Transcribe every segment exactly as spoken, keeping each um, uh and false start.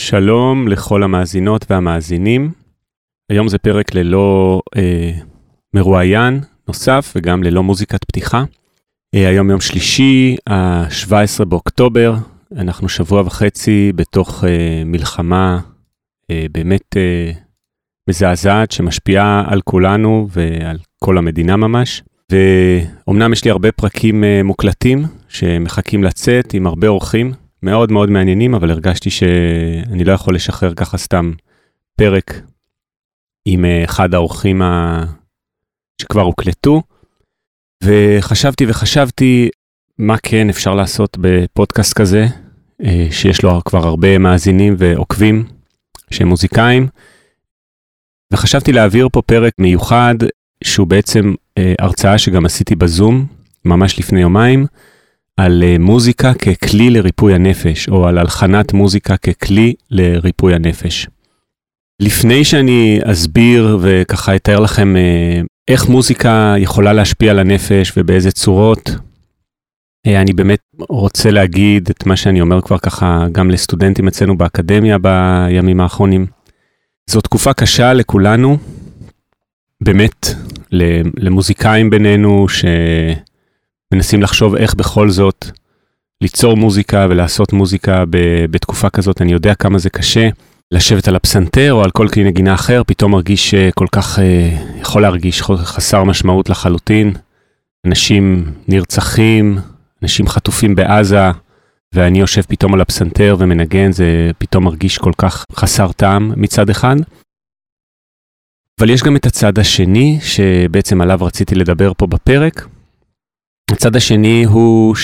שלום לכל המאזינות והמאזינים. היום זה פרק ללא אה, מרואיין נוסף וגם ללא מוזיקת פתיחה. אה, היום יום שלישי, ה-שבעה עשר באוקטובר, אנחנו שבוע וחצי בתוך אה, מלחמה אה, באמת אה, מזעזעת שמשפיעה על כולנו ועל כל המדינה ממש. ואומנם יש לי הרבה פרקים אה, מוקלטים שמחכים לצאת עם הרבה אורחים. מאוד מאוד מעניינים, אבל הרגשתי שאני לא יכול לשחרר ככה סתם פרק עם אחד האורחים ה... שכבר הוקלטו, וחשבתי וחשבתי מה כן אפשר לעשות בפודקאסט כזה, שיש לו כבר הרבה מאזינים ועוקבים שהם מוזיקאים, וחשבתי להעביר פה פרק מיוחד, שהוא בעצם הרצאה שגם עשיתי בזום, ממש לפני יומיים, על מוזיקה ככלי לריפוי הנפש, או על הלחנת מוזיקה ככלי לריפוי הנפש. לפני שאני אסביר וככה אתאר לכם איך מוזיקה יכולה להשפיע על הנפש ובאיזה צורות, אני באמת רוצה להגיד את מה שאני אומר כבר ככה גם לסטודנטים אצלנו באקדמיה בימים האחרונים. זו תקופה קשה לכולנו, באמת למוזיקאים בינינו ש... מנסים לחשוב איך בכל זאת ליצור מוזיקה ולעשות מוזיקה בתקופה כזאת. אני יודע כמה זה קשה לשבת על הפסנתר או על כל כלי נגינה אחר, פתאום מרגיש כל כך, יכול להרגיש חסר משמעות לחלוטין. אנשים נרצחים, אנשים חטופים בעזה, ואני יושב פתאום על הפסנתר ומנגן, זה פתאום מרגיש כל כך חסר טעם מצד אחד. אבל יש גם את הצד השני, שבעצם עליו רציתי לדבר פה בפרק. הצד השני הוא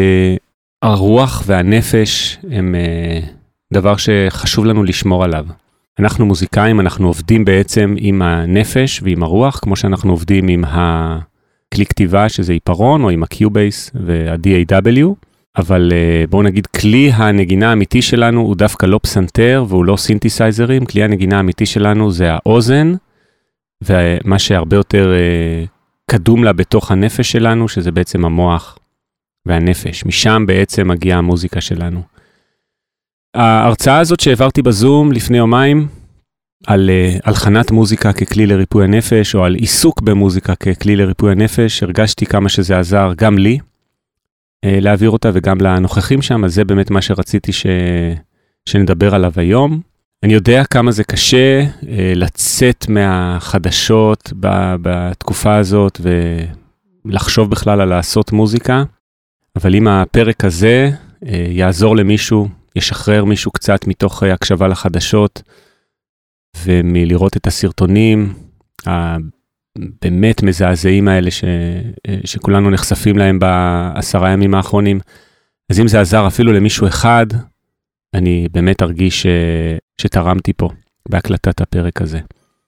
שהרוח והנפש הם דבר שחשוב לנו לשמור עליו. אנחנו מוזיקאים, אנחנו עובדים בעצם עם הנפש ועם הרוח, כמו שאנחנו עובדים עם הכלי כתיבה, שזה עיפרון, או עם ה-Cubase וה-די איי דאבליו, אבל בואו נגיד, כלי הנגינה האמיתי שלנו הוא דווקא לא פסנתר, והוא לא סינתסייזרים. כלי הנגינה האמיתי שלנו זה האוזן, ומה שהרבה יותר קדום לה בתוך הנפש שלנו, שזה בעצם המוח והנפש. משם בעצם מגיעה המוזיקה שלנו. ההרצאה הזאת שהעברתי בזום לפני יומיים, על הלחנת מוזיקה ככלי לריפוי הנפש, או על עיסוק במוזיקה ככלי לריפוי הנפש, הרגשתי כמה שזה עזר גם לי, להעביר אותה וגם לנוכחים שם, אז זה באמת מה שרציתי ש... שנדבר עליו היום. אני יודע כמה זה קשה אה, לצאת מהחדשות ב, בתקופה הזאת ולחשוב בכלל על לעשות מוזיקה, אבל אם הפרק הזה אה, יעזור למישהו, ישחרר מישהו קצת מתוך אה, הקשבה לחדשות, ומלראות את הסרטונים הבאמת מזעזעים האלה ש, אה, שכולנו נחשפים להם בעשרה ימים האחרונים, אז אם זה עזר אפילו למישהו אחד, אני באמת ארגיש ש... שתרמתי פה בהקלטת הפרק הזה.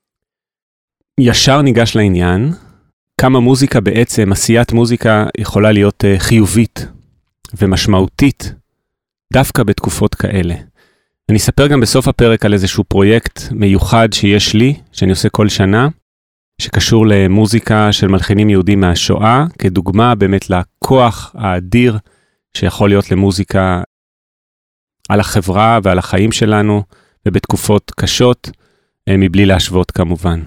ישר ניגש לעניין, כמה מוזיקה בעצם, עשיית מוזיקה יכולה להיות חיובית ומשמעותית, דווקא בתקופות כאלה. אני אספר גם בסוף הפרק על איזשהו פרויקט מיוחד שיש לי, שאני עושה כל שנה, שקשור למוזיקה של מלחינים יהודים מהשואה, כדוגמה באמת לכוח האדיר שיכול להיות למוזיקה על החברה ועל החיים שלנו, ובתקופות קשות, מבלי להשוות כמובן.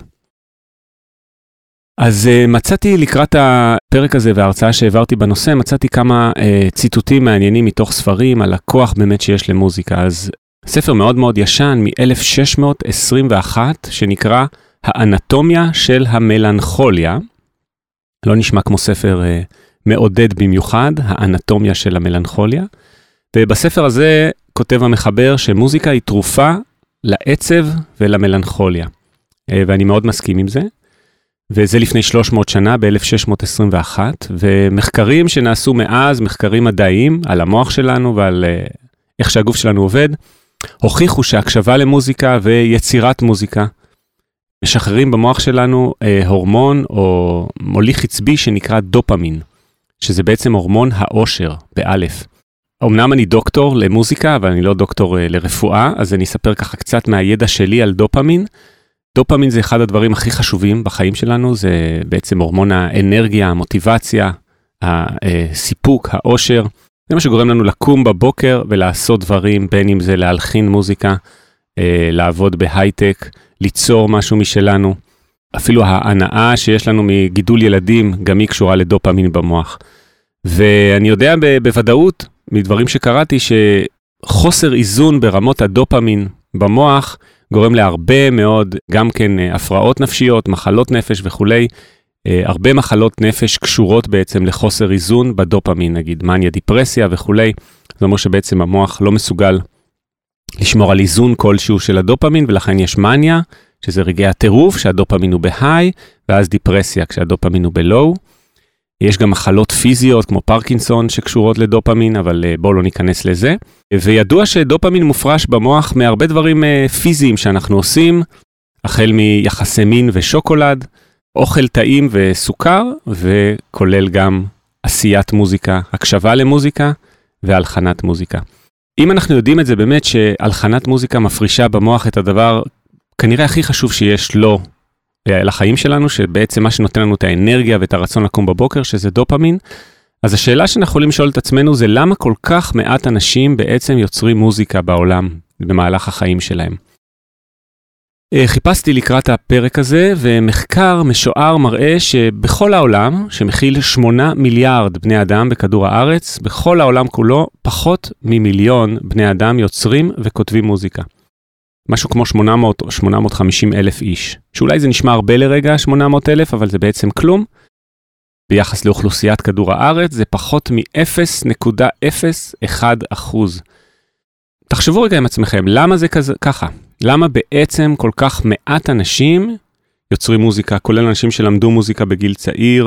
אז מצאתי לקראת הפרק הזה וההרצאה שהעברתי בנושא, מצאתי כמה ציטוטים מעניינים מתוך ספרים על הכוח באמת שיש למוזיקה. אז ספר מאוד מאוד ישן מ-אלף שש מאות עשרים ואחת, שנקרא האנטומיה של המלנכוליה. לא נשמע כמו ספר מעודד במיוחד, האנטומיה של המלנכוליה. ובספר הזה כותב המחבר שמוזיקה היא תרופה לעצב ולמלנכוליה. ואני מאוד מסכים עם זה. וזה לפני שלוש מאות שנה, ב-אלף שש מאות עשרים ואחת. ומחקרים שנעשו מאז, מחקרים מדעיים על המוח שלנו ועל איך שהגוף שלנו עובד, הוכיחו שהקשבה למוזיקה ויצירת מוזיקה משחררים במוח שלנו הורמון או מוליך עצבי שנקרא דופמין, שזה בעצם הורמון האושר, באלף. אמנם אני דוקטור למוזיקה, אבל אני לא דוקטור לרפואה, אז אני אספר ככה קצת מהידע שלי על דופמין. דופמין זה אחד הדברים הכי חשובים בחיים שלנו, זה בעצם הורמון האנרגיה, המוטיבציה, הסיפוק, האושר, זה מה שגורם לנו לקום בבוקר ולעשות דברים, בין אם זה להלחין מוזיקה, לעבוד בהייטק, ליצור משהו משלנו. אפילו ההנאה שיש לנו מגידול ילדים, גם היא קשורה לדופמין במוח. ואני יודע בוודאות, מדברים שקראתי, שחוסר איזון ברמות הדופמין במוח, גורם להרבה מאוד, גם כן הפרעות נפשיות, מחלות נפש וכולי, הרבה מחלות נפש קשורות בעצם לחוסר איזון בדופמין, נגיד מניה, דיפרסיה וכולי. זאת אומרת שבעצם המוח לא מסוגל לשמור על איזון כלשהו של הדופמין, ולכן יש מניה, שזה רגעי הטירוף, שהדופמין הוא בהיי, ואז דיפרסיה, כשהדופמין הוא בלואו. יש גם מחלות פיזיות, כמו פרקינסון, שקשורות לדופמין, אבל בואו לא ניכנס לזה. וידוע שדופמין מופרש במוח מהרבה דברים פיזיים שאנחנו עושים, החל מיחסי מין ושוקולד, אוכל טעים וסוכר, וכולל גם עשיית מוזיקה, הקשבה למוזיקה והלחנת מוזיקה. אם אנחנו יודעים את זה באמת שהלחנת מוזיקה מפרישה במוח את הדבר כנראה הכי חשוב שיש לו לחיים שלנו, שבעצם מה שנותן לנו את האנרגיה ואת הרצון לקום בבוקר, שזה דופמין, אז השאלה שאנחנו יכולים לשאול את עצמנו זה למה כל כך מעט אנשים בעצם יוצרים מוזיקה בעולם במהלך החיים שלהם. חיפשתי לקראת הפרק הזה, ומחקר משוער מראה שבכל העולם, שמכיל שמונה מיליארד בני אדם בכדור הארץ, בכל העולם כולו, פחות ממיליון בני אדם יוצרים וכותבים מוזיקה. משהו כמו שמונה מאות או שמונה מאות וחמישים אלף איש. שאולי זה נשמע הרבה לרגע, שמונה מאות אלף, אבל זה בעצם כלום. ביחס לאוכלוסיית כדור הארץ, זה פחות מ-אפס נקודה אפס אחת אחוז. תחשבו רגע עם עצמכם, למה זה כזה, ככה? למה בעצם כל כך מעט אנשים יוצרים מוזיקה, כולל אנשים שלמדו מוזיקה בגיל צעיר,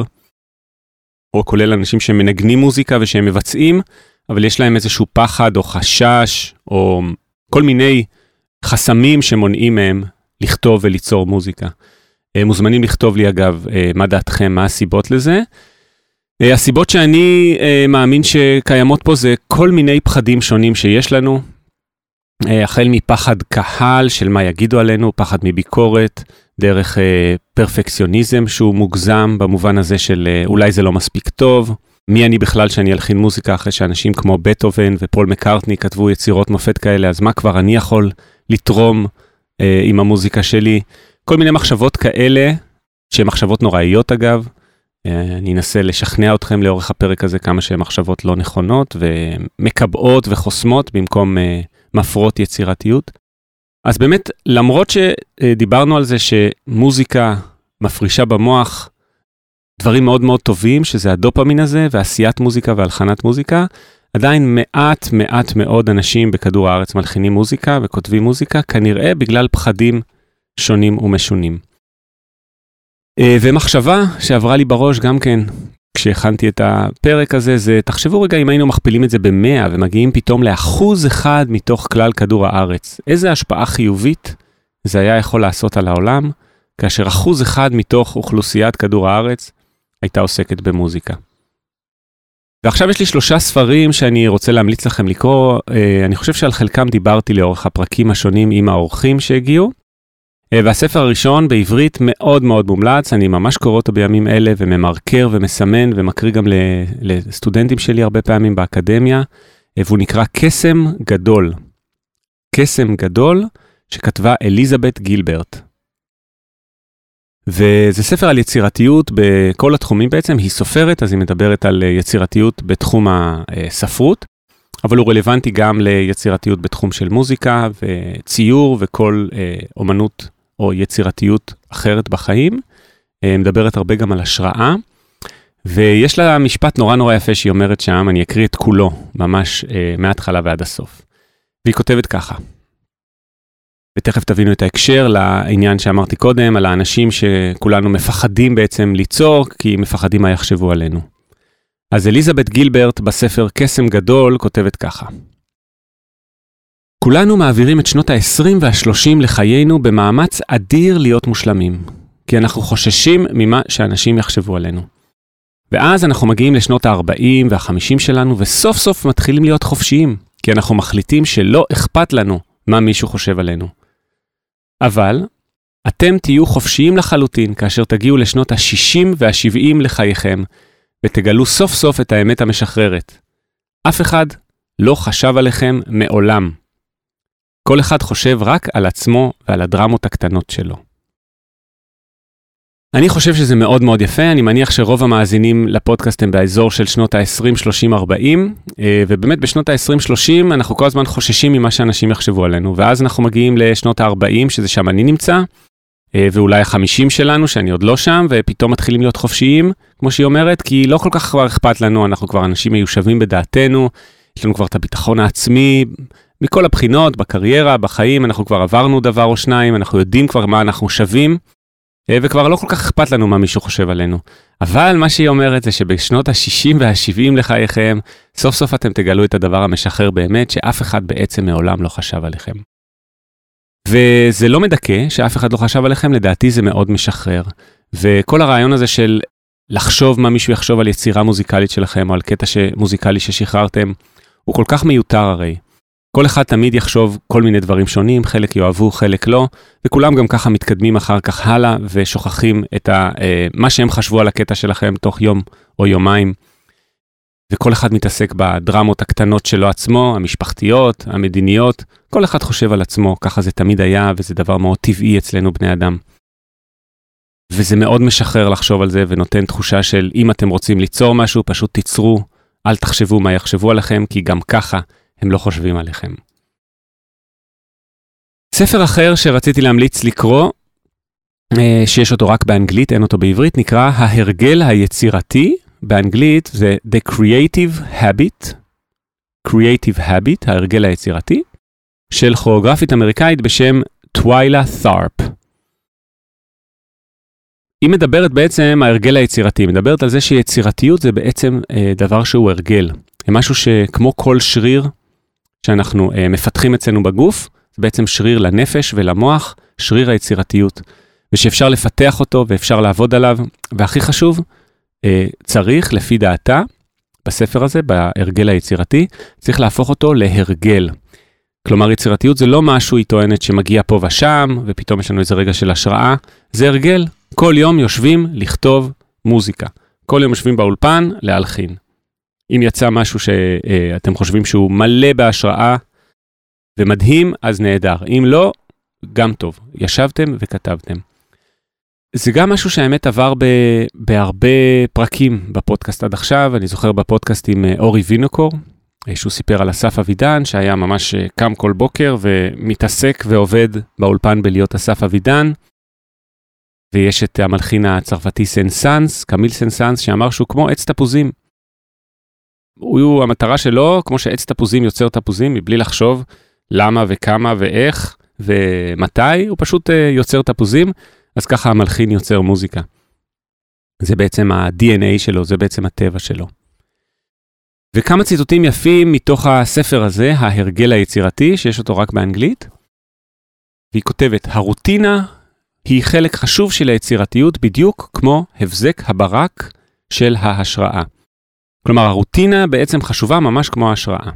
או כולל אנשים שמנגנים מוזיקה ושהם מבצעים, אבל יש להם איזשהו פחד או חשש, או כל מיני חסמים שמונעים מהם לכתוב וליצור מוזיקה. מוזמנים לכתוב לי אגב, מה דעתכם, מה הסיבות לזה. הסיבות שאני מאמין שקיימות פה זה כל מיני פחדים שונים שיש לנו, החל מפחד קהל של מה יגידו עלינו, פחד מביקורת, דרך פרפקציוניזם שהוא מוגזם במובן הזה של אולי זה לא מספיק טוב, מי אני בכלל שאני אלחין מוזיקה אחרי שאנשים כמו בטהובן ופול מקארטני כתבו יצירות מופת כאלה, אז מה כבר אני יכול לתרום אה, עם המוזיקה שלי? כל מיני מחשבות כאלה, שהן מחשבות נוראיות אגב, אה, אני אנסה לשכנע אתכם לאורך הפרק הזה כמה שהן מחשבות לא נכונות, ומקבעות וחוסמות במקום אה, מפרות יצירתיות. אז באמת, למרות שדיברנו על זה שמוזיקה מפרישה במוח, דברים מאוד מאוד טובים, שזה הדופמין הזה, ועשיית מוזיקה והלחנת מוזיקה, עדיין מעט מעט מאוד אנשים בכדור הארץ מלחינים מוזיקה וכותבים מוזיקה, כנראה בגלל פחדים שונים ומשונים. ומחשבה שעברה לי בראש גם כן, כשהכנתי את הפרק הזה, זה תחשבו רגע אם היינו מכפילים את זה במאה, ומגיעים פתאום לאחוז אחד מתוך כלל כדור הארץ. איזה השפעה חיובית זה היה יכול לעשות על העולם, כאשר אחוז אחד מתוך אוכלוסיית כדור הארץ הייתה עוסקת במוזיקה. ועכשיו יש לי שלושה ספרים שאני רוצה להמליץ לכם לקרוא. אני חושב שעל חלקם דיברתי לאורך הפרקים השונים עם האורחים שהגיעו. והספר הראשון בעברית מאוד מאוד מומלץ, אני ממש קורא אותו בימים אלה וממרקר ומסמן ומקריא גם לסטודנטים שלי הרבה פעמים באקדמיה, והוא נקרא קסם גדול. קסם גדול שכתבה אליזבת גילברט. וזה ספר על יצירתיות בכל התחומים בעצם, היא סופרת, אז היא מדברת על יצירתיות בתחום הספרות, אבל הוא רלוונטי גם ליצירתיות בתחום של מוזיקה וציור וכל אומנות או יצירתיות אחרת בחיים. מדברת הרבה גם על השראה, ויש לה משפט נורא נורא יפה שהיא אומרת שם, אני אקריא את כולו, ממש מההתחלה ועד הסוף. והיא כותבת ככה. ותכף תבינו את ההקשר לעניין שאמרתי קודם, על האנשים שכולנו מפחדים בעצם ליצור, כי מפחדים מה יחשבו עלינו. אז אליזבת גילברט בספר קסם גדול כותבת ככה. כולנו מעבירים את שנות ה-עשרים וה-שלושים לחיינו במאמץ אדיר להיות מושלמים, כי אנחנו חוששים ממה שאנשים יחשבו עלינו. ואז אנחנו מגיעים לשנות ה-ארבעים וה-חמישים שלנו, וסוף סוף מתחילים להיות חופשיים, כי אנחנו מחליטים שלא אכפת לנו מה מישהו חושב עלינו. אבל אתם תהיו חופשיים לחלוטין כאשר תגיעו לשנות ה-שישים וה-שבעים לחייכם, ותגלו סוף סוף את האמת המשחררת. אף אחד לא חשב עליכם מעולם. כל אחד חושב רק על עצמו ועל הדרמות הקטנות שלו. אני חושב שזה מאוד מאוד יפה, אני מניח שרוב המאזינים לפודקאסט הם באזור של שנות ה-עשרים, שלושים, ארבעים, ובאמת בשנות ה-עשרים שלושים אנחנו כל הזמן חוששים ממה שאנשים יחשבו עלינו, ואז אנחנו מגיעים לשנות ה-ארבעים, שזה שם אני נמצא, ואולי ה-חמישים שלנו, שאני עוד לא שם, ופתאום מתחילים להיות חופשיים, כמו שהיא אומרת, כי לא כל כך כבר אכפת לנו, אנחנו כבר אנשים מיושבים בדעתנו, יש לנו כבר את הביטחון העצמי, מכל הבחינות, בקריירה, בחיים, אנחנו כבר עברנו דבר או שניים, אנחנו יודעים כבר מה אנחנו שווים, וכבר לא כל כך אכפת לנו מה מישהו חושב עלינו. אבל מה שהיא אומרת זה שבשנות ה-שישים וה-שבעים לחייכם, סוף סוף אתם תגלו את הדבר המשחרר באמת, שאף אחד בעצם מעולם לא חשב עליכם. וזה לא מדכא שאף אחד לא חשב עליכם, לדעתי זה מאוד משחרר. וכל הרעיון הזה של לחשוב מה מישהו יחשוב על יצירה מוזיקלית שלכם, או על קטע מוזיקלי ששחררתם, הוא כל כך מיותר הרי. כל אחד תמיד יחשוב כל מיני דברים שונים, חלק יאהבו, חלק לא, וכולם גם ככה מתקדמים אחר כך הלאה, ושוכחים את ה, מה שהם חשבו על הקטע שלכם תוך יום או יומיים, וכל אחד מתעסק בדרמות הקטנות שלו עצמו, המשפחתיות, המדיניות, כל אחד חושב על עצמו, ככה זה תמיד היה, וזה דבר מאוד טבעי אצלנו בני אדם. וזה מאוד משחרר לחשוב על זה, ונותן תחושה של אם אתם רוצים ליצור משהו, פשוט תיצרו, אל תחשבו מה יחשבו עליכם, כי גם ככה הם לא חושבים עליכם. ספר אחר שרציתי להמליץ לקרוא, שיש אותו רק באנגלית, אין אותו בעברית, נקרא ההרגל היצירתי, באנגלית זה The Creative Habit, Creative Habit, ההרגל היצירתי, של כוריאוגרפית אמריקאית בשם טווילה ת'ארפ. היא מדברת בעצם, ההרגל היצירתי, מדברת על זה שיצירתיות זה בעצם אה, דבר שהוא הרגל. זה משהו שכמו כל שריר שאנחנו אה, מפתחים אצלנו בגוף, זה בעצם שריר לנפש ולמוח, שריר היצירתיות, ושאפשר לפתח אותו ואפשר לעבוד עליו, והכי חשוב, אה, צריך לפי דעתה, בספר הזה, בהרגל היצירתי, צריך להפוך אותו להרגל. כלומר, יצירתיות זה לא משהו, היא טוענת שמגיע פה ושם, ופתאום יש לנו איזה רגע של השראה, זה הרגל. כל יום יושבים לכתוב מוזיקה. כל יום יושבים באולפן להלחין. אם יצא משהו שאתם חושבים שהוא מלא בהשראה ומדהים, אז נהדר. אם לא, גם טוב. ישבתם וכתבתם. זה גם משהו שהאמת עבר בהרבה פרקים בפודקאסט עד עכשיו. אני זוכר בפודקאסט עם אורי וינוקור, שהוא סיפר על אסף אבידן, שהיה ממש קם כל בוקר ומתעסק ועובד באולפן בלהיות אסף אבידן. ויש את המלחין הצרפתי סן-סאנס, קמיל סן-סאנס, שאמר שהוא כמו עץ תפוזים. הוא, המטרה שלו, כמו שעץ תפוזים יוצר תפוזים, מבלי לחשוב למה וכמה ואיך ומתי, הוא פשוט יוצר תפוזים, אז ככה המלחין יוצר מוזיקה. זה בעצם ה-די אן איי שלו, זה בעצם הטבע שלו. וכמה ציטוטים יפים מתוך הספר הזה, ההרגל היצירתי, שיש אותו רק באנגלית. והיא כותבת, הרוטינה היא חלק חשוב של היצירתיות, בדיוק כמו הבזק הברק של ההשראה. כלומר, הרוטינה בעצם חשובה ממש כמו ההשראה.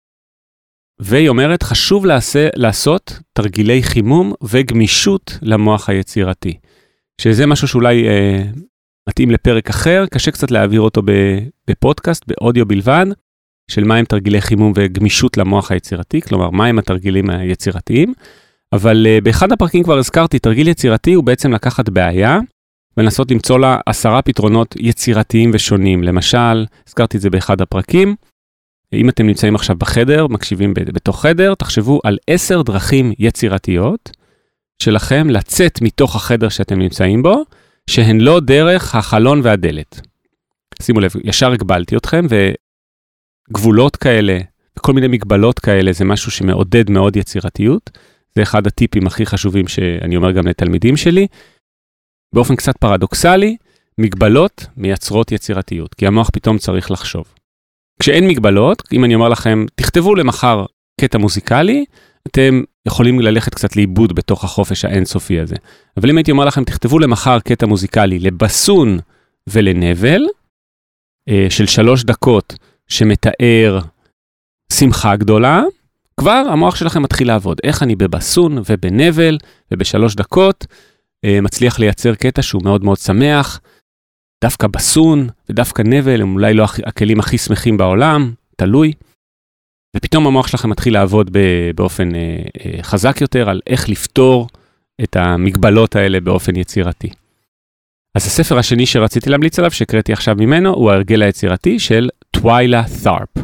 והיא אומרת, חשוב לעשה, לעשות תרגילי חימום וגמישות למוח היצירתי. שזה משהו שאולי אה, מתאים לפרק אחר, קשה קצת להעביר אותו בפודקאסט, באודיו בלבד, של מהם תרגילי חימום וגמישות למוח היצירתי, כלומר, מהם התרגילים היצירתיים. אבל uh, באחד הפרקים כבר הזכרתי, תרגיל יצירתי הוא בעצם לקחת בעיה, ולנסות למצוא לה עשרה פתרונות יצירתיים ושונים. למשל, הזכרתי את זה באחד הפרקים, אם אתם נמצאים עכשיו בחדר, מקשיבים בתוך חדר, תחשבו על עשר דרכים יצירתיות, שלכם לצאת מתוך החדר שאתם נמצאים בו, שהן לא דרך החלון והדלת. שימו לב, ישר הגבלתי אתכם, וגבולות כאלה, וכל מיני מגבלות כאלה, זה משהו שמעודד מאוד יצירתיות, זה אחד הטיפים הכי חשובים שאני אומר גם לתלמידים שלי. באופן קצת פרדוקסלי, מגבלות מייצרות יצירתיות, כי המוח פתאום צריך לחשוב. כשאין מגבלות, אם אני אומר לכם, תכתבו למחר קטע מוזיקלי, אתם יכולים ללכת קצת לאיבוד בתוך החופש האינסופי הזה. אבל אם הייתי אומר לכם, תכתבו למחר קטע מוזיקלי לבסון ולנבל, של שלוש דקות שמתאר שמחה גדולה, כבר המוח שלכם מתחיל לעבוד. איך אני בבסון ובנבל ובשלוש דקות מצליח לייצר קטע שהוא מאוד מאוד שמח. דווקא בסון ודווקא נבל הם אולי לא הכלים הכי שמחים בעולם. תלוי, ופתאום המוח שלכם מתחיל לעבוד באופן חזק יותר על איך לפתור את המגבלות האלה באופן יצירתי. אז הספר השני שרציתי להמליץ עליו, שקראתי עכשיו ממנו, הוא ההרגל היצירתי של טווילה ת'ארפ.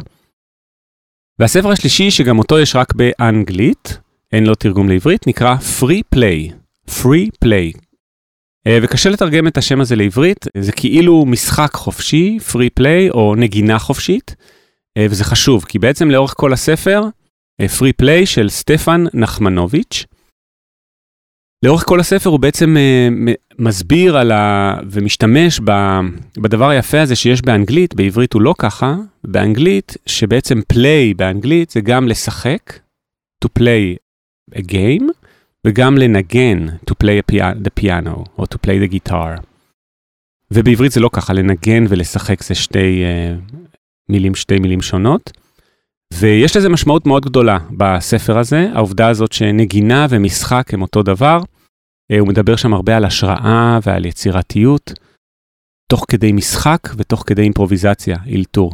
והספר השלישי, שגם אותו יש רק באנגלית, אין לו תרגום לעברית, נקרא Free Play. Free Play. וקשה לתרגם את השם הזה לעברית, זה כאילו משחק חופשי, Free Play, או נגינה חופשית, וזה חשוב, כי בעצם לאורך כל הספר, Free Play של סטפן נחמנוביץ', לאורך כל הספר הוא בעצם מסביר על ה... ומשתמש בדבר היפה הזה שיש באנגלית, בעברית הוא לא ככה, באנגלית, שבעצם play באנגלית זה גם לשחק, to play a game, וגם לנגן, to play the piano, או to play the guitar. ובעברית זה לא ככה, לנגן ולשחק זה שתי uh, מילים, שתי מילים שונות. ויש לזה משמעות מאוד גדולה בספר הזה, העובדה הזאת שנגינה ומשחק הם אותו דבר. הוא מדבר שם הרבה על השראה ועל יצירתיות, תוך כדי משחק ותוך כדי אימפרוביזציה, אילתור.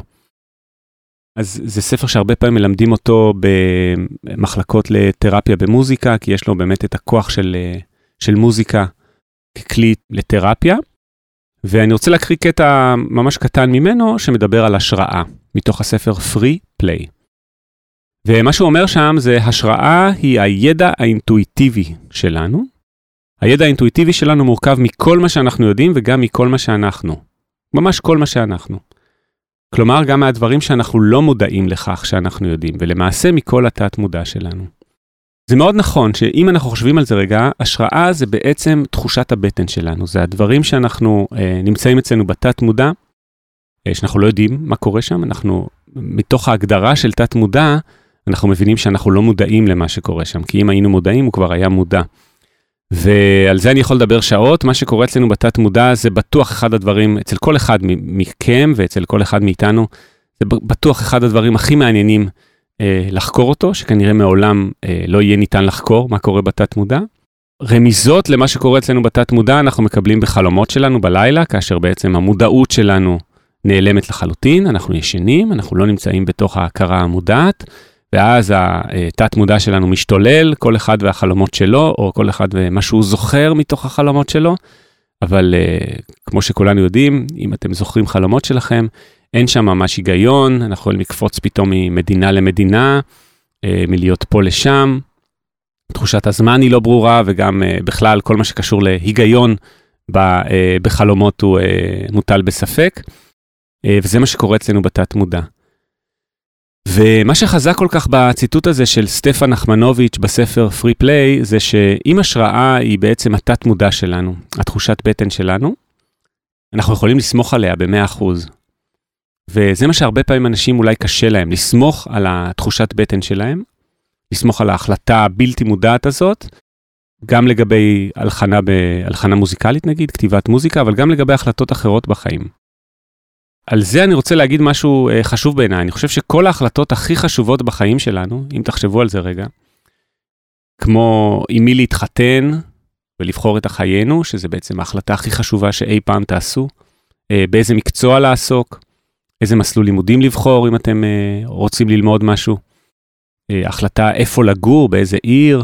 אז זה ספר שהרבה פעמים מלמדים אותו במחלקות לתרפיה במוזיקה, כי יש לו באמת את הכוח של, של מוזיקה ככלי לתרפיה. ואני רוצה להקריא קטע ממש קטן ממנו, שמדבר על השראה, מתוך הספר Free Play. ומה שהוא אומר שם זה, השראה היא הידע האינטואיטיבי שלנו. הידע האינטואיטיבי שלנו מורכב מכל מה שאנחנו יודעים, וגם מכל מה שאנחנו. ממש כל מה שאנחנו. כלומר, גם מהדברים שאנחנו לא מודעים לכך שאנחנו יודעים, ולמעשה מכל התת מודע שלנו. זה מאוד נכון שאם אנחנו חושבים על זה רגע, השראה זה בעצם תחושת הבטן שלנו. זה הדברים שאנחנו אה, נמצאים אצלנו בתת מודע, אה, שאנחנו לא יודעים מה קורה שם. אנחנו, מתוך ההגדרה של תת מודע, אנחנו מבינים שאנחנו לא מודעים למה שקורה שם, כי אם היינו מודעים, הוא כבר היה מודע. ועל זה אני יכול לדבר שעות. מה שקורה אצלנו בתת מודע, זה בטוח אחד הדברים, אצל כל אחד מכם ואצל כל אחד מאיתנו, זה בטוח אחד הדברים הכי מעניינים אה, לחקור אותו, שכנראה מעולם אה, לא יהיה ניתן לחקור מה קורה בתת מודע. רמיזות למה שקורה אצלנו בתת מודע, אנחנו מקבלים בחלומות שלנו בלילה, כאשר בעצם המודעות שלנו נעלמת לחלוטין, אנחנו ישנים, אנחנו לא נמצאים בתוך ההכרה המודעת, ואז התת מודע שלנו משתולל, כל אחד והחלומות שלו, או כל אחד ומה שהוא זוכר מתוך החלומות שלו, אבל כמו שכולנו יודעים, אם אתם זוכרים חלומות שלכם, אין שם ממש היגיון, אנחנו יכולים לקפוץ פתאום ממדינה למדינה, מלהיות פה לשם, תחושת הזמן היא לא ברורה, וגם בכלל כל מה שקשור להיגיון בחלומות הוא מוטל בספק, וזה מה שקורה אצלנו בתת מודע. ומה שחזק כל כך בציטוט הזה של סטפן נחמנוביץ' בספר Free Play, זה שאם השראה היא בעצם התת מודע שלנו, התחושת בטן שלנו, אנחנו יכולים לסמוך עליה ב-מאה אחוז. וזה מה שהרבה פעמים אנשים אולי קשה להם, לסמוך על התחושת בטן שלהם, לסמוך על ההחלטה הבלתי מודעת הזאת, גם לגבי הלחנה, הלחנה מוזיקלית נגיד, כתיבת מוזיקה, אבל גם לגבי החלטות אחרות בחיים. על זה אני רוצה להגיד משהו חשוב בעיניי. אני חושב שכל ההחלטות הכי חשובות בחיים שלנו, אם תחשבו על זה רגע, כמו עם מי להתחתן ולבחור את החיינו, שזה בעצם ההחלטה הכי חשובה שאי פעם תעשו, באיזה מקצוע לעסוק, איזה מסלול לימודים לבחור אם אתם רוצים ללמוד משהו, החלטה איפה לגור, באיזה עיר.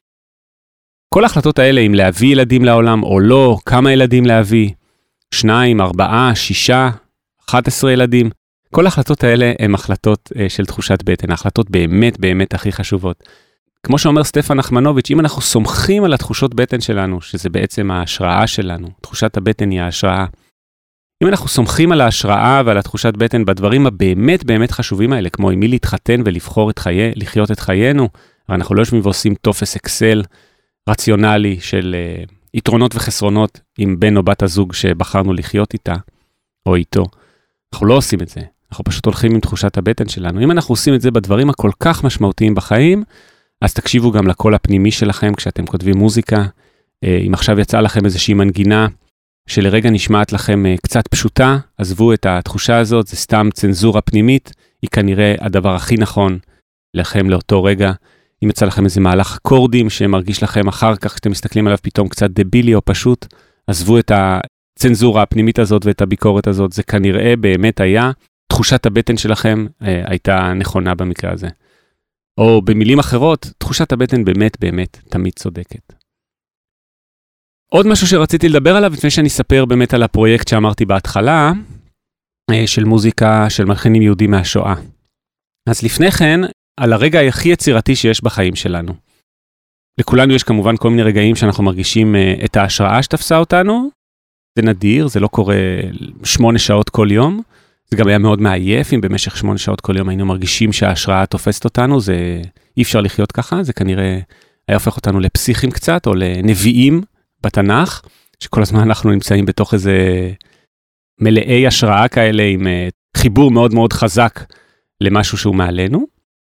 כל ההחלטות האלה, אם להביא ילדים לעולם או לא, כמה ילדים להביא, שניים, ארבעה, שישה, אחת עשרה ילדים, כל ההחלטות האלה הן החלטות של תחושת בטן, ההחלטות באמת באמת הכי חשובות. כמו שאומר סטפן נחמנוביץ', אם אנחנו סומכים על התחושות בטן שלנו, שזה בעצם ההשראה שלנו, תחושת הבטן היא ההשראה, אם אנחנו סומכים על ההשראה ועל התחושת בטן בדברים הבאמת באמת חשובים האלה, כמו עם מי להתחתן ולבחור את חיי, לחיות את חיינו, אנחנו לא יושבים ועושים טופס אקסל רציונלי של uh, יתרונות וחסרונות עם בן או בת הזוג שבחרנו לחיות איתה או איתו. אנחנו לא עושים את זה, אנחנו פשוט הולכים עם תחושת הבטן שלנו. אם אנחנו עושים את זה בדברים הכל כך משמעותיים בחיים, אז תקשיבו גם לקול הפנימי שלכם כשאתם כותבים מוזיקה. אם עכשיו יצא לכם איזושהי מנגינה שלרגע נשמעת לכם קצת פשוטה, עזבו את התחושה הזאת, זה סתם צנזורה פנימית, היא כנראה הדבר הכי נכון לכם לאותו רגע. אם יצא לכם איזה מהלך אקורדים שמרגיש לכם אחר כך, כשאתם מסתכלים עליו פתאום קצת דבילי או פשוט, עזבו את הצנזורה הפנימית הזאת ואת הביקורת הזאת, זה כנראה באמת היה תחושת הבטן שלכם אה, הייתה נכונה במקרה הזה. או במילים אחרות, תחושת הבטן באמת באמת תמיד צודקת. עוד משהו שרציתי לדבר עליו, לפני שאני אספר באמת על הפרויקט שאמרתי בהתחלה, אה, של מוזיקה של מלחינים יהודים מהשואה. אז לפני כן, על הרגע הכי יצירתי שיש בחיים שלנו. לכולנו יש כמובן כל מיני רגעים שאנחנו מרגישים אה, את ההשראה שתפסה אותנו, זה נדיר, זה לא קורה שמונה שעות כל יום, זה גם היה מאוד מעייף, אם במשך שמונה שעות כל יום היינו מרגישים שההשראה תופסת אותנו, זה אי אפשר לחיות ככה, זה כנראה היה הופך אותנו לפסיכים קצת, או לנביאים בתנ"ך, שכל הזמן אנחנו נמצאים בתוך איזה מלאי השראה כאלה, עם חיבור מאוד מאוד חזק למשהו שהוא מעלינו.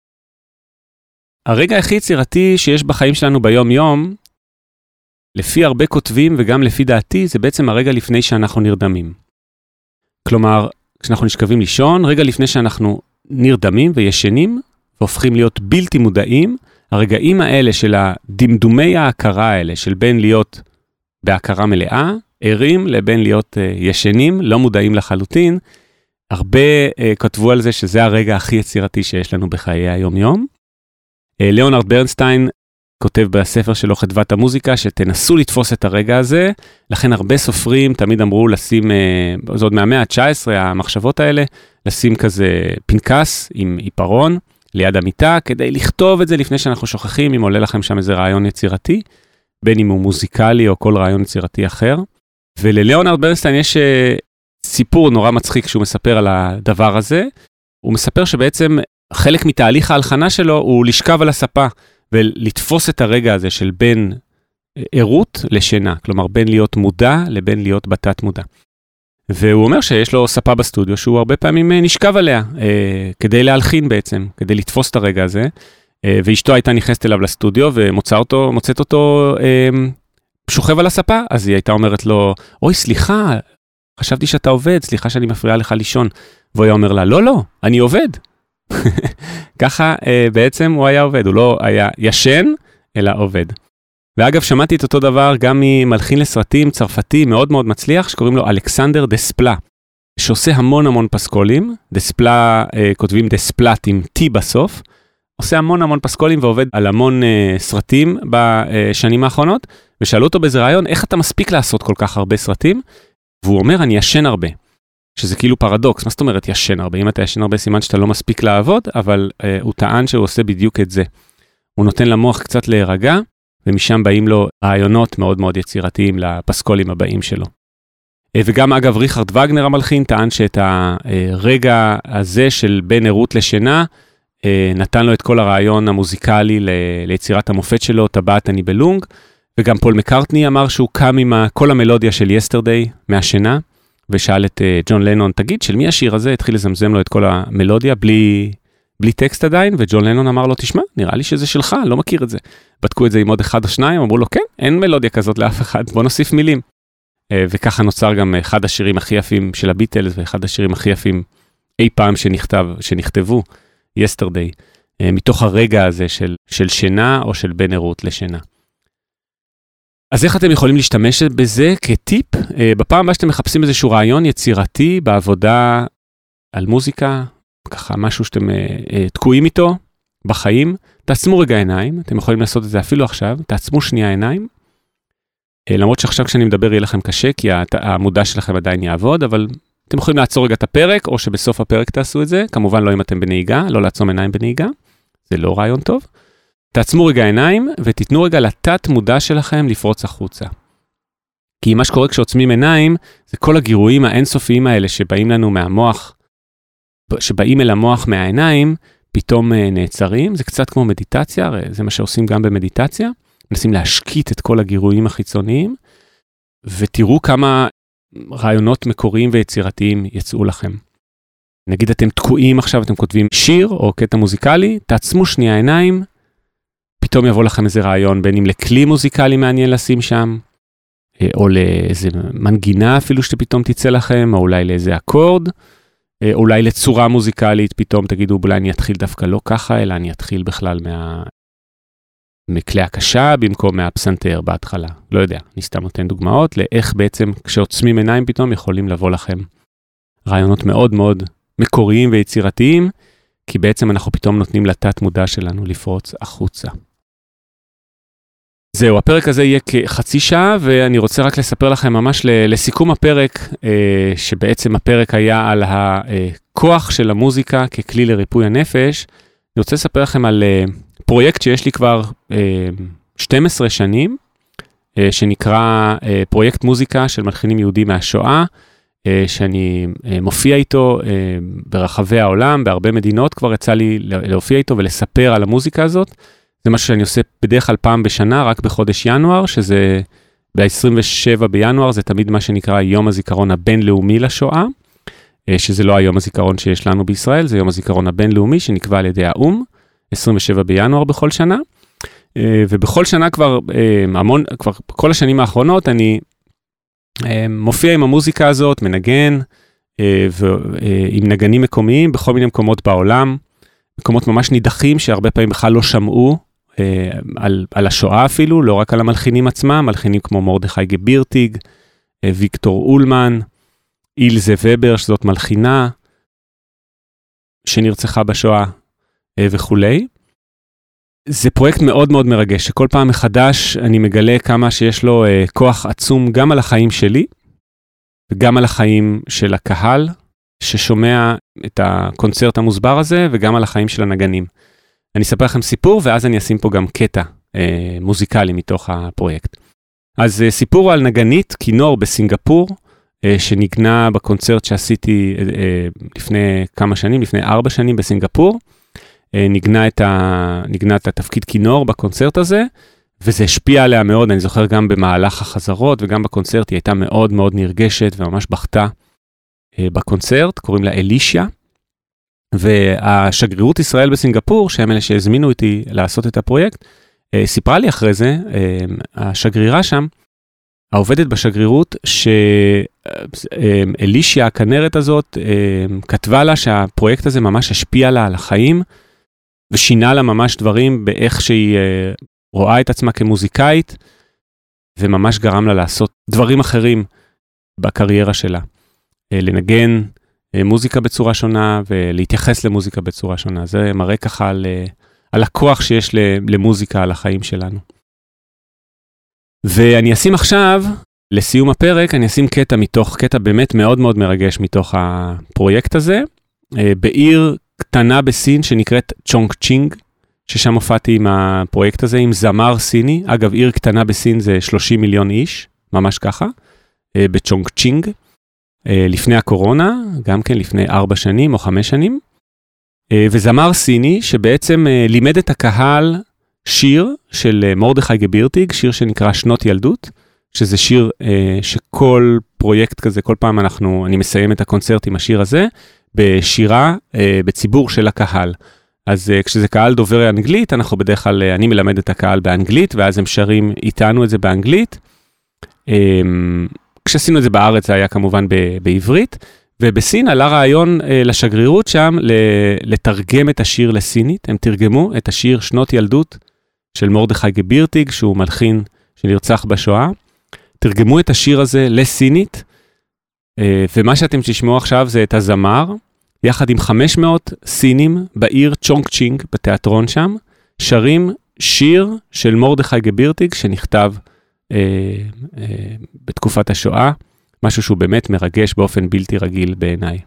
הרגע הכי יצירתי שיש בחיים שלנו ביום יום, לפי הרבה כותבים וגם לפי דעתי, זה בעצם הרגע לפני שאנחנו נרדמים. כלומר, כשאנחנו נשכבים לישון, רגע לפני שאנחנו נרדמים וישנים, והופכים להיות בלתי מודעים, הרגעים האלה של הדמדומי ההכרה האלה, של בין להיות בהכרה מלאה, ערים לבין להיות uh, ישנים, לא מודעים לחלוטין, הרבה uh, כתבו על זה שזה הרגע הכי יצירתי שיש לנו בחיי היום-יום. Uh, ליאונרד ברנסטיין כותב בספר שלו חדוות המוזיקה, שתנסו לתפוס את הרגע הזה, לכן הרבה סופרים תמיד אמרו לשים, uh, זה עוד מהמאה ה-תשע עשרה, המחשבות האלה, לשים כזה פנקס עם עיפרון ליד המיטה, כדי לכתוב את זה לפני שאנחנו שוכחים, אם עולה לכם שם איזה רעיון יצירתי, בין אם הוא מוזיקלי או כל רעיון יצירתי אחר. ולליאונרד ברנסטיין יש סיפור נורא מצחיק שהוא מספר על הדבר הזה. הוא מספר שבעצם חלק מתהליך ההלחנה שלו הוא לשכב על הספה ולתפוס את הרגע הזה של בין ערות לשינה, כלומר בין להיות מודע לבין להיות בתת מודע. והוא אומר שיש לו ספה בסטודיו שהוא הרבה פעמים נשכב עליה אה, כדי להלחין בעצם, כדי לתפוס את הרגע הזה. אה, ואשתו הייתה נכנסת אליו לסטודיו ומוצאת אותו, מוצאת אותו אה, שוכב על הספה, אז היא הייתה אומרת לו, אוי סליחה, חשבתי שאתה עובד, סליחה שאני מפריעה לך לישון. והוא היה אומר לה, לא, לא, אני עובד. ככה אה, בעצם הוא היה עובד, הוא לא היה ישן, אלא עובד. ואגב, שמעתי את אותו דבר גם ממלחין לסרטים צרפתי מאוד מאוד מצליח, שקוראים לו אלכסנדר דספלה, שעושה המון המון פסקולים, דספלה, אה, כותבים דספלט עם T בסוף, עושה המון המון פסקולים ועובד על המון אה, סרטים בשנים האחרונות, ושאלו אותו באיזה רעיון, איך אתה מספיק לעשות כל כך הרבה סרטים? והוא אומר, אני ישן הרבה, שזה כאילו פרדוקס, מה זאת אומרת ישן הרבה? אם אתה ישן הרבה סימן שאתה לא מספיק לעבוד, אבל אה, הוא טען שהוא עושה בדיוק את זה. הוא נותן למוח קצת להירגע, ומשם באים לו רעיונות מאוד מאוד יצירתיים לפסקולים הבאים שלו. וגם אגב ריכרד וגנר המלחין טען שאת הרגע הזה של בין ערות לשינה, נתן לו את כל הרעיון המוזיקלי ליצירת המופת שלו, טבעת אני בלונג, וגם פול מקארטני אמר שהוא קם עם כל המלודיה של יסטרדיי מהשינה, ושאל את ג'ון לנון, תגיד, של מי השיר הזה? התחיל לזמזם לו את כל המלודיה בלי... בלי טקסט עדיין, וג'ון לנון אמר לו, תשמע, נראה לי שזה שלך, לא מכיר את זה. בדקו את זה עם עוד אחד או שניים, אמרו לו, כן, אין מלודיה כזאת לאף אחד, בוא נוסיף מילים. וככה נוצר גם אחד השירים הכי יפים של הביטלס, ואחד השירים הכי יפים אי פעם שנכתב, שנכתבו, יסטרדיי, מתוך הרגע הזה של, של שינה או של בין ערות לשינה. אז איך אתם יכולים להשתמש בזה כטיפ? בפעם הבאה שאתם מחפשים איזשהו רעיון יצירתי בעבודה על מוזיקה, ככה משהו שאתם אה, תקועים איתו בחיים, תעצמו רגע עיניים, אתם יכולים לעשות את זה אפילו עכשיו, תעצמו שנייה עיניים, אה, למרות שעכשיו כשאני מדבר יהיה לכם קשה, כי המודע שלכם עדיין יעבוד, אבל אתם יכולים לעצור רגע את הפרק, או שבסוף הפרק תעשו את זה, כמובן לא אם אתם בנהיגה, לא לעצום עיניים בנהיגה, זה לא רעיון טוב. תעצמו רגע עיניים, ותיתנו רגע לתת מודע שלכם לפרוץ החוצה. כי מה שקורה כשעוצמים עיניים, זה כל הגירויים האינסופיים האלה שבאים לנו מהמוח, שבאים אל המוח מהעיניים, פתאום נעצרים, זה קצת כמו מדיטציה, זה מה שעושים גם במדיטציה, מנסים להשקיט את כל הגירויים החיצוניים, ותראו כמה רעיונות מקוריים ויצירתיים יצאו לכם. נגיד אתם תקועים עכשיו, אתם כותבים שיר או קטע מוזיקלי, תעצמו שנייה עיניים, פתאום יבוא לכם איזה רעיון, בין אם לכלי מוזיקלי מעניין לשים שם, או לאיזה מנגינה אפילו שפתאום תצא לכם, או אולי לאיזה אקורד, אולי לצורה מוזיקלית, פתאום תגידו, אולי אני אתחיל דווקא לא ככה, אלא אני אתחיל בכלל מה... מכלי הקשה, במקום מהפסנתר בהתחלה. לא יודע, אני סתם נותן דוגמאות, לאיך בעצם כשעוצמים עיניים פתאום יכולים לבוא לכם רעיונות מאוד מאוד מקוריים ויצירתיים, כי בעצם אנחנו פתאום נותנים לתת מודע שלנו לפרוץ החוצה. זהו, הפרק הזה יהיה כחצי שעה, ואני רוצה רק לספר לכם ממש לסיכום הפרק, שבעצם הפרק היה על הכוח של המוזיקה ככלי לריפוי הנפש. אני רוצה לספר לכם על פרויקט שיש לי כבר שתים עשרה שנים, שנקרא פרויקט מוזיקה של מלחינים יהודים מהשואה, שאני מופיע איתו ברחבי העולם, בהרבה מדינות כבר יצא לי להופיע איתו ולספר על המוזיקה הזאת. זה משהו שאני עושה בדרך כלל פעם בשנה, רק בחודש ינואר, שזה ב-עשרים ושבעה בינואר, זה תמיד מה שנקרא יום הזיכרון הבינלאומי לשואה, שזה לא היום הזיכרון שיש לנו בישראל, זה יום הזיכרון הבינלאומי שנקבע על ידי האום, עשרים ושבעה בינואר בכל שנה, ובכל שנה כבר המון, כבר כל השנים האחרונות אני מופיע עם המוזיקה הזאת, מנגן, עם נגנים מקומיים בכל מיני מקומות בעולם, מקומות ממש נידחים שהרבה פעמים בכלל לא שמעו על, על השואה אפילו, לא רק על המלחינים עצמם, מלחינים כמו מרדכי גבירטיג, ויקטור אולמן, אילזה ובר, שזאת מלחינה, שנרצחה בשואה וכולי. זה פרויקט מאוד מאוד מרגש, שכל פעם מחדש אני מגלה כמה שיש לו כוח עצום גם על החיים שלי, וגם על החיים של הקהל, ששומע את הקונצרט המוסבר הזה, וגם על החיים של הנגנים. אני אספר לכם סיפור, ואז אני אשים פה גם קטע אה, מוזיקלי מתוך הפרויקט. אז אה, סיפור על נגנית, כינור בסינגפור, אה, שנגנה בקונצרט שעשיתי אה, לפני כמה שנים, לפני ארבע שנים בסינגפור, אה, נגנה, את ה, נגנה את התפקיד כינור בקונצרט הזה, וזה השפיע עליה מאוד, אני זוכר גם במהלך החזרות, וגם בקונצרט היא הייתה מאוד מאוד נרגשת, וממש בכתה אה, בקונצרט, קוראים לה אלישיה, והשגרירות ישראל בסינגפור, שהם אלה שהזמינו אותי לעשות את הפרויקט, סיפרה לי אחרי זה, השגרירה שם, העובדת בשגרירות, שאלישיה, הכנרת הזאת, כתבה לה שהפרויקט הזה ממש השפיע לה על החיים, ושינה לה ממש דברים באיך שהיא רואה את עצמה כמוזיקאית, וממש גרם לה לעשות דברים אחרים בקריירה שלה. לנגן מוזיקה בצורה שונה, ולהתייחס למוזיקה בצורה שונה. זה מראה ככה על, על הכוח שיש למוזיקה על החיים שלנו. ואני אשים עכשיו, לסיום הפרק, אני אשים קטע מתוך, קטע באמת מאוד מאוד מרגש מתוך הפרויקט הזה, בעיר קטנה בסין שנקראת צ'ונגצ'ינג, ששם הופעתי עם הפרויקט הזה, עם זמר סיני. אגב, עיר קטנה בסין זה שלושים מיליון איש, ממש ככה, בצ'ונגצ'ינג. לפני הקורונה, גם כן לפני ארבע שנים או חמש שנים, וזמר סיני שבעצם לימד את הקהל שיר של מרדכי גבירטיג, שיר שנקרא שנות ילדות, שזה שיר שכל פרויקט כזה, כל פעם אנחנו, אני מסיים את הקונצרט עם השיר הזה, בשירה בציבור של הקהל. אז כשזה קהל דובר אנגלית, אנחנו בדרך כלל, אני מלמד את הקהל באנגלית, ואז הם שרים איתנו את זה באנגלית, כשעשינו את זה בארץ זה היה כמובן ב- בעברית, ובסין עלה רעיון אה, לשגרירות שם ל- לתרגם את השיר לסינית. הם תרגמו את השיר שנות ילדות של מרדכי גבירטיג, שהוא מלחין שנרצח בשואה. תרגמו את השיר הזה לסינית, אה, ומה שאתם תשמעו עכשיו זה את הזמר, יחד עם חמש מאות סינים בעיר צ'ונגצ'ינג, בתיאטרון שם, שרים שיר של מרדכי גבירטיג שנכתב אה, אה, בתקופת השואה, משהו שהוא באמת מרגש באופן בלתי רגיל בעיניי.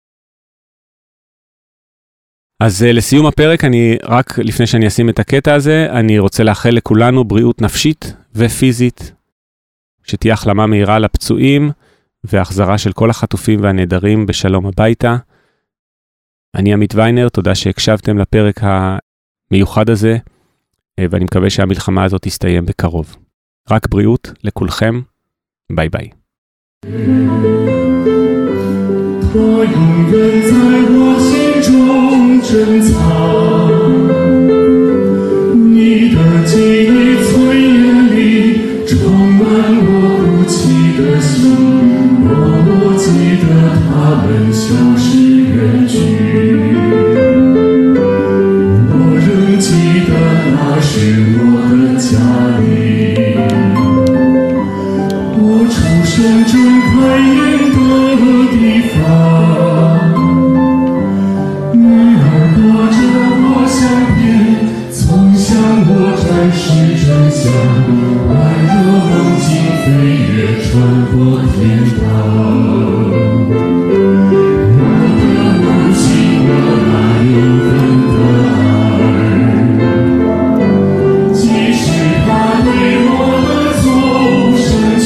אז אה, לסיום הפרק, אני רק לפני שאני אשים את הקטע הזה, אני רוצה לאחל לכולנו בריאות נפשית ופיזית, שתהיה החלמה מהירה לפצועים, והחזרה של כל החטופים והנעדרים בשלום הביתה. אני עמית ויינר, תודה שהקשבתם לפרק המיוחד הזה, אה, ואני מקווה שהמלחמה הזאת תסתיים בקרוב. רק בריאות לכולכם, ביי ביי. 我永远在我心中珍藏，你的记忆岁月里装满我不弃的心，我不记得他们消失远去，我仍记得那是我的家里。生正开眼的地方， 飞跃穿过天堂。我的母亲，我那永恒的爱，即使她对我的总生气，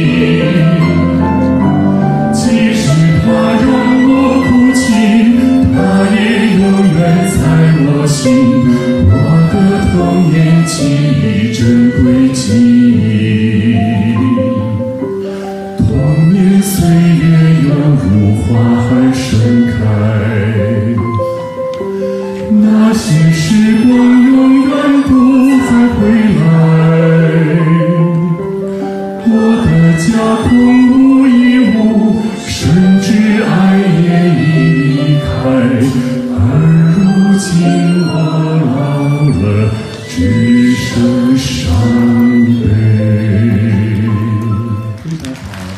即使她让我哭泣，她也永远在我心。我的童年记忆，珍贵记忆，童年岁月犹如花海盛开，那些时光永远不再回来。我的家空无一物，甚至爱也已离开，而如今我老了，只剩伤悲。非常好。